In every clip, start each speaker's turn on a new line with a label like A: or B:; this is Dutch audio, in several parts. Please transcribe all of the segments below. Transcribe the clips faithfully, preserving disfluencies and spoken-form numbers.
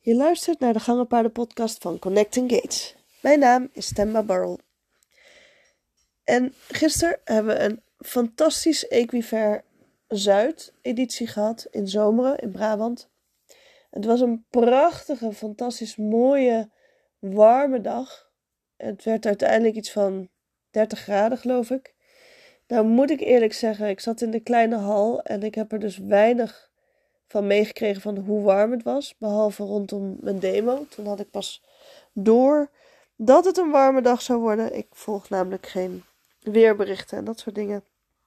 A: Je luistert naar de Gangenpaarden-podcast van Connecting Gates. Mijn naam is Temba Barrel. En gisteren hebben we een fantastisch Equifair Zuid editie gehad in Zomeren in Brabant. Het was een prachtige, fantastisch mooie, warme dag. Het werd uiteindelijk iets van dertig graden, geloof ik. Nou moet ik eerlijk zeggen, ik zat in de kleine hal en ik heb er dus weinig van meegekregen van hoe warm het was. Behalve rondom mijn demo. Toen had ik pas door dat het een warme dag zou worden. Ik volg namelijk geen weerberichten en dat soort dingen.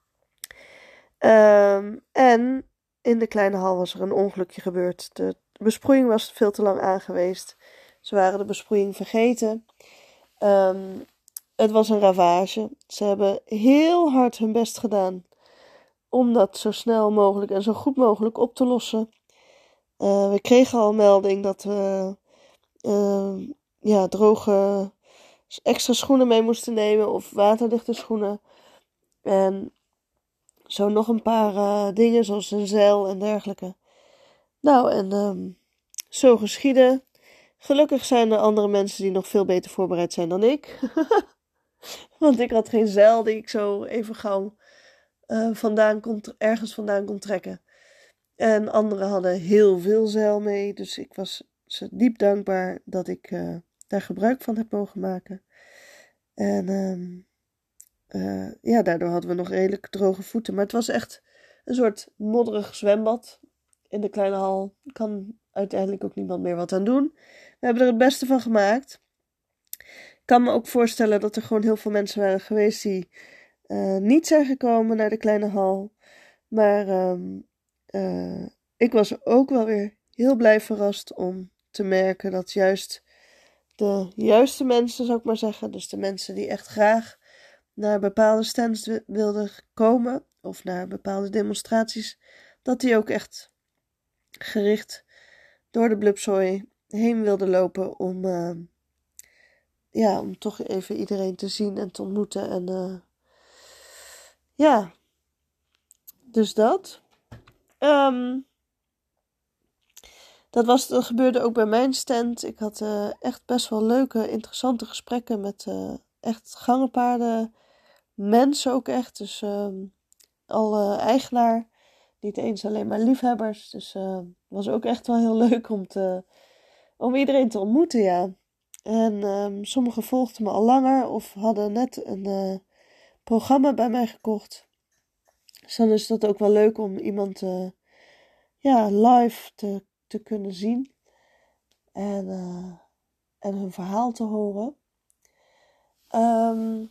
A: Um, en in de kleine hal was er een ongelukje gebeurd. De besproeiing was veel te lang aangeweest. Ze waren de besproeiing vergeten. Um, het was een ravage. Ze hebben heel hard hun best gedaan om dat zo snel mogelijk en zo goed mogelijk op te lossen. Uh, we kregen al een melding dat we uh, ja, droge extra schoenen mee moesten nemen of waterdichte schoenen. En zo nog een paar uh, dingen zoals een zeil en dergelijke. Nou, en um, zo geschieden. Gelukkig zijn er andere mensen die nog veel beter voorbereid zijn dan ik. Want ik had geen zeil die ik zo even gauw uh, vandaan kon, ergens vandaan kon trekken. En anderen hadden heel veel zeil mee. Dus ik was ze diep dankbaar dat ik uh, daar gebruik van heb mogen maken. En um, uh, ja, daardoor hadden we nog redelijk droge voeten. Maar het was echt een soort modderig zwembad in de kleine hal. Kan uiteindelijk ook niemand meer wat aan doen. We hebben er het beste van gemaakt. Ik kan me ook voorstellen dat er gewoon heel veel mensen waren geweest die uh, niet zijn gekomen naar de kleine hal. Maar um, uh, ik was ook wel weer heel blij verrast om te merken dat juist de juiste mensen, zou ik maar zeggen, dus de mensen die echt graag naar bepaalde stands wilden komen of naar bepaalde demonstraties, dat die ook echt gericht door de blubzooi heen wilden lopen om, uh, ja, om toch even iedereen te zien en te ontmoeten. En uh, ja, dus dat. Um, dat, was, dat gebeurde ook bij mijn stand. Ik had uh, echt best wel leuke, interessante gesprekken met uh, echt gangenpaarden. Mensen ook echt. Dus uh, alle eigenaar. Niet eens alleen maar liefhebbers. Dus het uh, was ook echt wel heel leuk om, te, om iedereen te ontmoeten, ja. En um, sommigen volgden me al langer of hadden net een uh, programma bij mij gekocht. Dus dan is dat ook wel leuk om iemand uh, ja, live te, te kunnen zien. En, uh, en hun verhaal te horen. Um,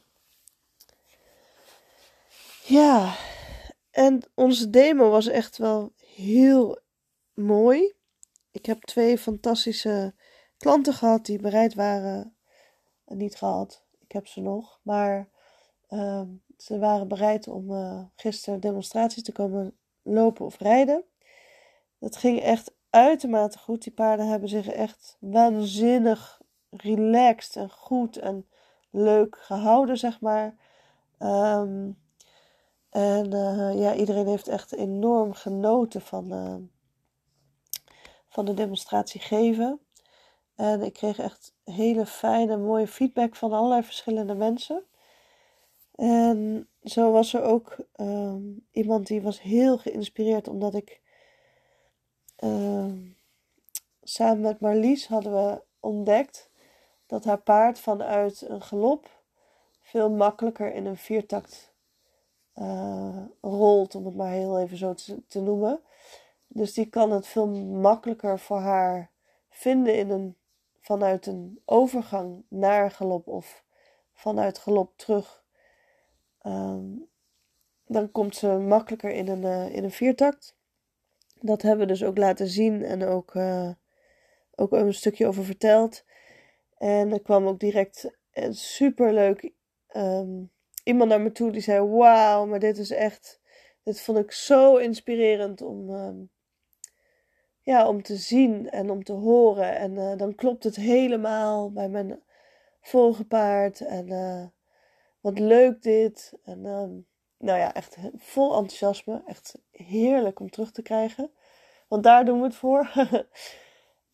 A: ja, en onze demo was echt wel heel mooi. Ik heb twee fantastische klanten gehad die bereid waren. Uh, niet gehad, ik heb ze nog. Maar uh, ze waren bereid om uh, gisteren demonstraties te komen lopen of rijden. Dat ging echt uitermate goed. Die paarden hebben zich echt waanzinnig relaxed en goed en leuk gehouden, zeg maar. Um, en uh, ja, iedereen heeft echt enorm genoten van, uh, van de demonstratie geven. En ik kreeg echt hele fijne, mooie feedback van allerlei verschillende mensen. En zo was er ook um, iemand die was heel geïnspireerd, omdat ik uh, samen met Marlies hadden we ontdekt dat haar paard vanuit een galop veel makkelijker in een viertakt uh, rolt, om het maar heel even zo te, te noemen. Dus die kan het veel makkelijker voor haar vinden in een, vanuit een overgang naar galop of vanuit galop terug. Um, dan komt ze makkelijker in een, uh, in een viertakt. Dat hebben we dus ook laten zien en ook, uh, ook een stukje over verteld. En er kwam ook direct een superleuk um, iemand naar me toe die zei: wauw, maar dit is echt, dit vond ik zo inspirerend om, um, ja, om te zien en om te horen. En uh, dan klopt het helemaal bij mijn volgepaard. En uh, wat leuk dit. En um, nou ja, echt vol enthousiasme. Echt heerlijk om terug te krijgen. Want daar doen we het voor.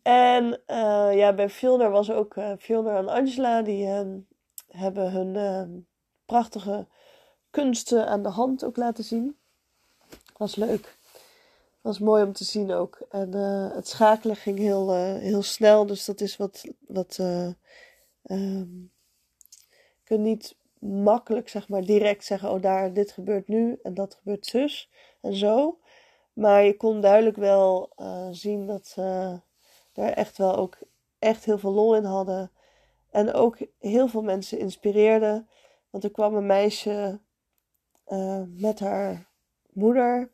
A: En uh, ja, bij Fjolnir was ook uh, Fjolnir en Angela. Die uh, hebben hun uh, prachtige kunsten aan de hand ook laten zien. Was leuk. Was mooi om te zien ook. En uh, het schakelen ging heel, uh, heel snel. Dus dat is wat... wat uh, um, je kunt niet makkelijk, zeg maar, direct zeggen... oh, daar, dit gebeurt nu en dat gebeurt zus en zo. Maar je kon duidelijk wel uh, zien dat ze daar echt wel ook echt heel veel lol in hadden. En ook heel veel mensen inspireerden. Want er kwam een meisje uh, met haar moeder...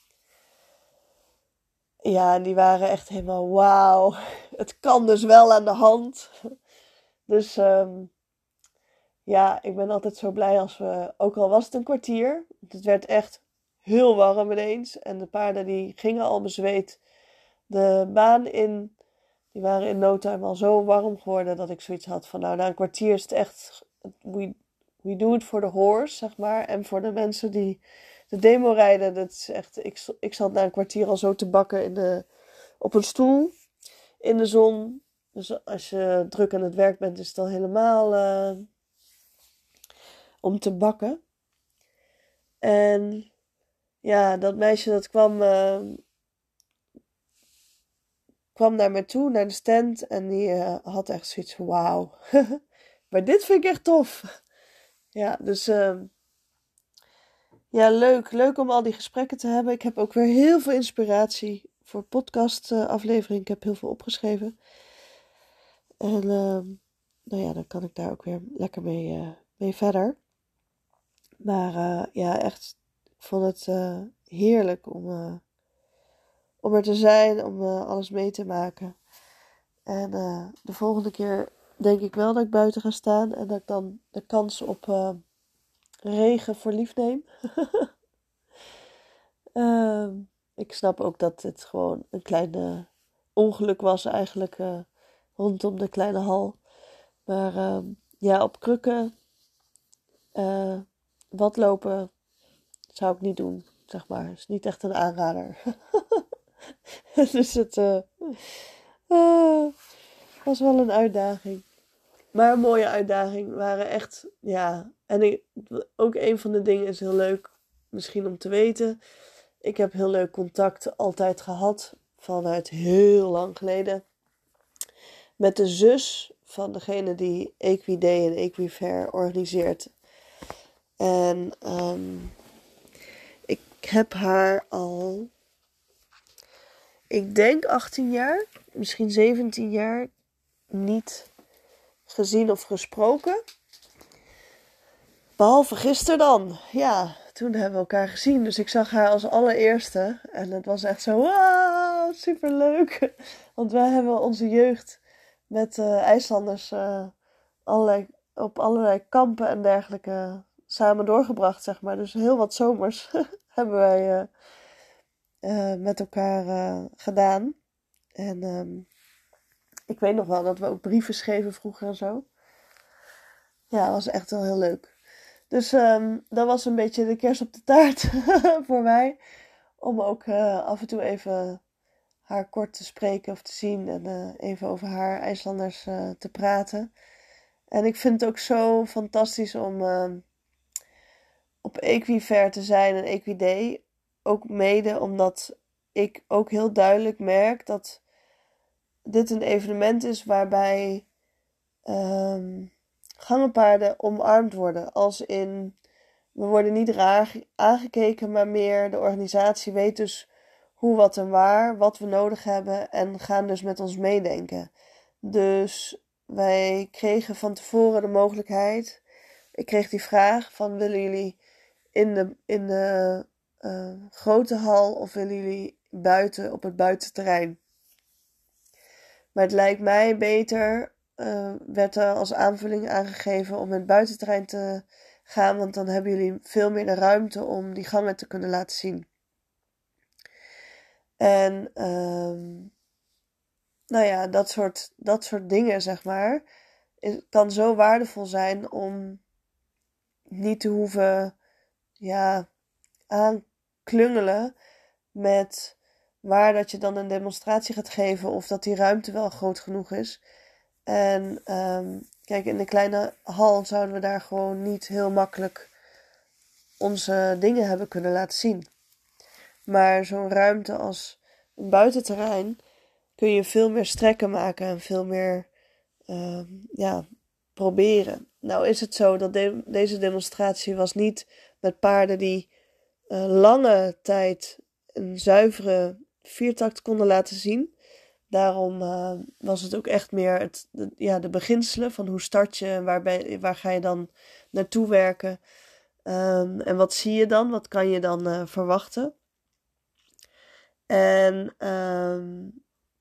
A: Ja, die waren echt helemaal wauw. Het kan dus wel aan de hand. Dus um, ja, ik ben altijd zo blij als we... Ook al was het een kwartier. Het werd echt heel warm ineens. En de paarden die gingen al bezweet de baan in. Die waren in no time al zo warm geworden dat ik zoiets had van... Nou, na een kwartier is het echt... We, we do it for the horse, zeg maar. En voor de mensen die de demo rijden. Dat is echt... Ik, ik zat na een kwartier al zo te bakken in de... op een stoel in de zon. Dus als je druk aan het werk bent, is het al helemaal uh, om te bakken. En ja, dat meisje dat kwam, uh, kwam naar me toe, naar de stand. En die uh, had echt zoiets van, wauw. Maar dit vind ik echt tof. Ja, dus uh, ja, leuk. Leuk om al die gesprekken te hebben. Ik heb ook weer heel veel inspiratie voor podcast uh, aflevering. Ik heb heel veel opgeschreven. En uh, nou ja, dan kan ik daar ook weer lekker mee, uh, mee verder. Maar uh, ja, echt, ik vond het uh, heerlijk om, uh, om er te zijn, om uh, alles mee te maken. En uh, de volgende keer denk ik wel dat ik buiten ga staan en dat ik dan de kans op uh, regen voor lief neem. uh, ik snap ook dat het gewoon een klein uh, ongeluk was eigenlijk uh, rondom de kleine hal. Maar uh, ja, op krukken, uh, wat lopen zou ik niet doen, zeg maar. Het is niet echt een aanrader. Dus het uh, uh, was wel een uitdaging. Maar een mooie uitdaging. Waren echt, ja. En ik, ook een van de dingen is heel leuk, misschien om te weten. Ik heb heel leuk contact altijd gehad, vanuit heel lang geleden. Met de zus van degene die Equiday en Equifair organiseert. En um, ik heb haar al, ik denk achttien jaar, misschien zeventien jaar, niet gezien of gesproken. Behalve gisteren dan. Ja, toen hebben we elkaar gezien. Dus ik zag haar als allereerste. En het was echt zo, wow, superleuk. Want wij hebben onze jeugd met uh, IJslanders uh, allerlei, op allerlei kampen en dergelijke samen doorgebracht, zeg maar. Dus heel wat zomers hebben wij uh, uh, met elkaar uh, gedaan. En um, ik weet nog wel dat we ook brieven schreven vroeger en zo. Ja, dat was echt wel heel leuk. Dus um, dat was een beetje de kers op de taart voor mij. Om ook uh, af en toe even haar kort te spreken of te zien. En uh, even over haar IJslanders uh, te praten. En ik vind het ook zo fantastisch om uh, op Equifair te zijn en Equiday. Ook mede omdat ik ook heel duidelijk merk dat dit een evenement is waarbij um, gangenpaarden omarmd worden. Als in, we worden niet raar aangekeken, maar meer de organisatie weet dus hoe, wat en waar, wat we nodig hebben en gaan dus met ons meedenken. Dus wij kregen van tevoren de mogelijkheid, ik kreeg die vraag van, willen jullie in de, in de uh, grote hal of willen jullie buiten op het buitenterrein? Maar het lijkt mij beter, uh, werd er als aanvulling aangegeven om in het buitenterrein te gaan, want dan hebben jullie veel meer de ruimte om die gangen te kunnen laten zien. En um, nou ja, dat soort, dat soort dingen, zeg maar, is, kan zo waardevol zijn om niet te hoeven, ja, aanklungelen met waar dat je dan een demonstratie gaat geven of dat die ruimte wel groot genoeg is. En um, kijk, in de kleine hal zouden we daar gewoon niet heel makkelijk onze dingen hebben kunnen laten zien. Maar zo'n ruimte als een buitenterrein kun je veel meer strekken maken en veel meer uh, ja, proberen. Nou is het zo dat de- deze demonstratie was niet met paarden die uh, lange tijd een zuivere viertakt konden laten zien. Daarom uh, was het ook echt meer het, de, ja, de beginselen van hoe start je en waar, ben, waar ga je dan naartoe werken. Um, en wat zie je dan? Wat kan je dan uh, verwachten? En um,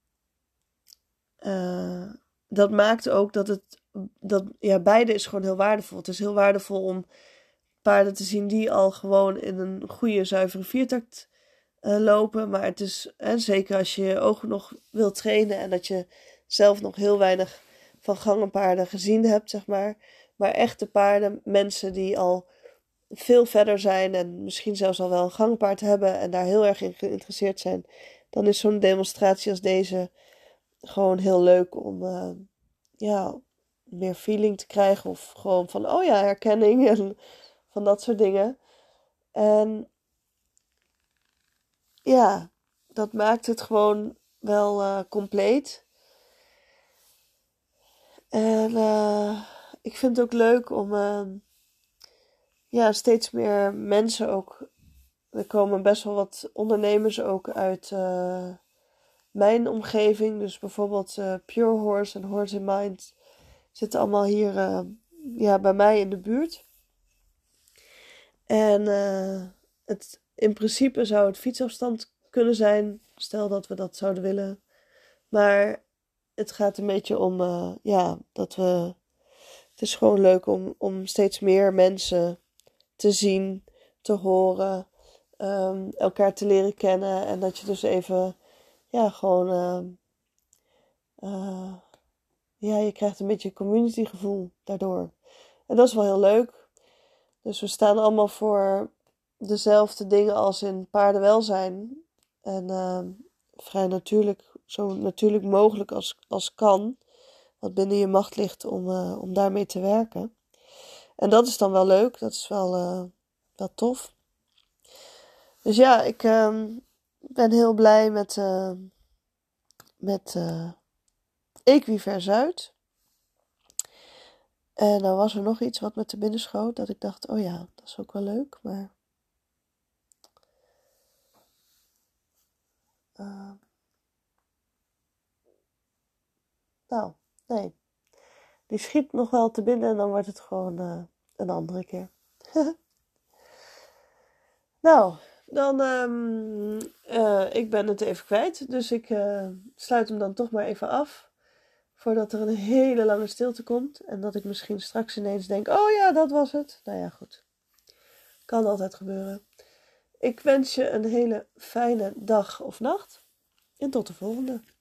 A: uh, dat maakt ook dat het, dat, ja, beide is gewoon heel waardevol. Het is heel waardevol om paarden te zien die al gewoon in een goede, zuivere viertakt uh, lopen. Maar het is, hè, zeker als je je ogen nog wilt trainen en dat je zelf nog heel weinig van gangenpaarden gezien hebt, zeg maar. Maar echte paarden, mensen die al veel verder zijn en misschien zelfs al wel een gangpaard hebben en daar heel erg in geïnteresseerd zijn, dan is zo'n demonstratie als deze gewoon heel leuk om uh, ja, meer feeling te krijgen of gewoon van, oh ja, herkenning en van dat soort dingen. En ja, dat maakt het gewoon wel uh, compleet. En uh, ik vind het ook leuk om uh, ja, steeds meer mensen ook. Er komen best wel wat ondernemers ook uit uh, mijn omgeving. Dus bijvoorbeeld uh, Pure Horse en Horse in Mind zitten allemaal hier uh, ja, bij mij in de buurt. En uh, het, in principe zou het fietsafstand kunnen zijn. Stel dat we dat zouden willen. Maar het gaat een beetje om uh, ja, dat we... Het is gewoon leuk om, om steeds meer mensen te zien, te horen, um, elkaar te leren kennen. En dat je dus even, ja, gewoon, uh, uh, ja, je krijgt een beetje een community gevoel daardoor. En dat is wel heel leuk. Dus we staan allemaal voor dezelfde dingen als in paardenwelzijn. En uh, vrij natuurlijk, zo natuurlijk mogelijk als, als kan. Wat binnen je macht ligt om, uh, om daarmee te werken. En dat is dan wel leuk. Dat is wel, uh, wel tof. Dus ja, ik uh, ben heel blij met, uh, met uh, Equiver Zuid. En dan was er nog iets wat me te binnen schoot. Dat ik dacht, oh ja, dat is ook wel leuk. Maar... Uh, nou, nee. Die schiet nog wel te binnen en dan wordt het gewoon uh, een andere keer. Nou, dan, um, uh, ik ben het even kwijt. Dus ik uh, sluit hem dan toch maar even af. Voordat er een hele lange stilte komt. En dat ik misschien straks ineens denk, oh ja, dat was het. Nou ja, goed. Kan altijd gebeuren. Ik wens je een hele fijne dag of nacht. En tot de volgende.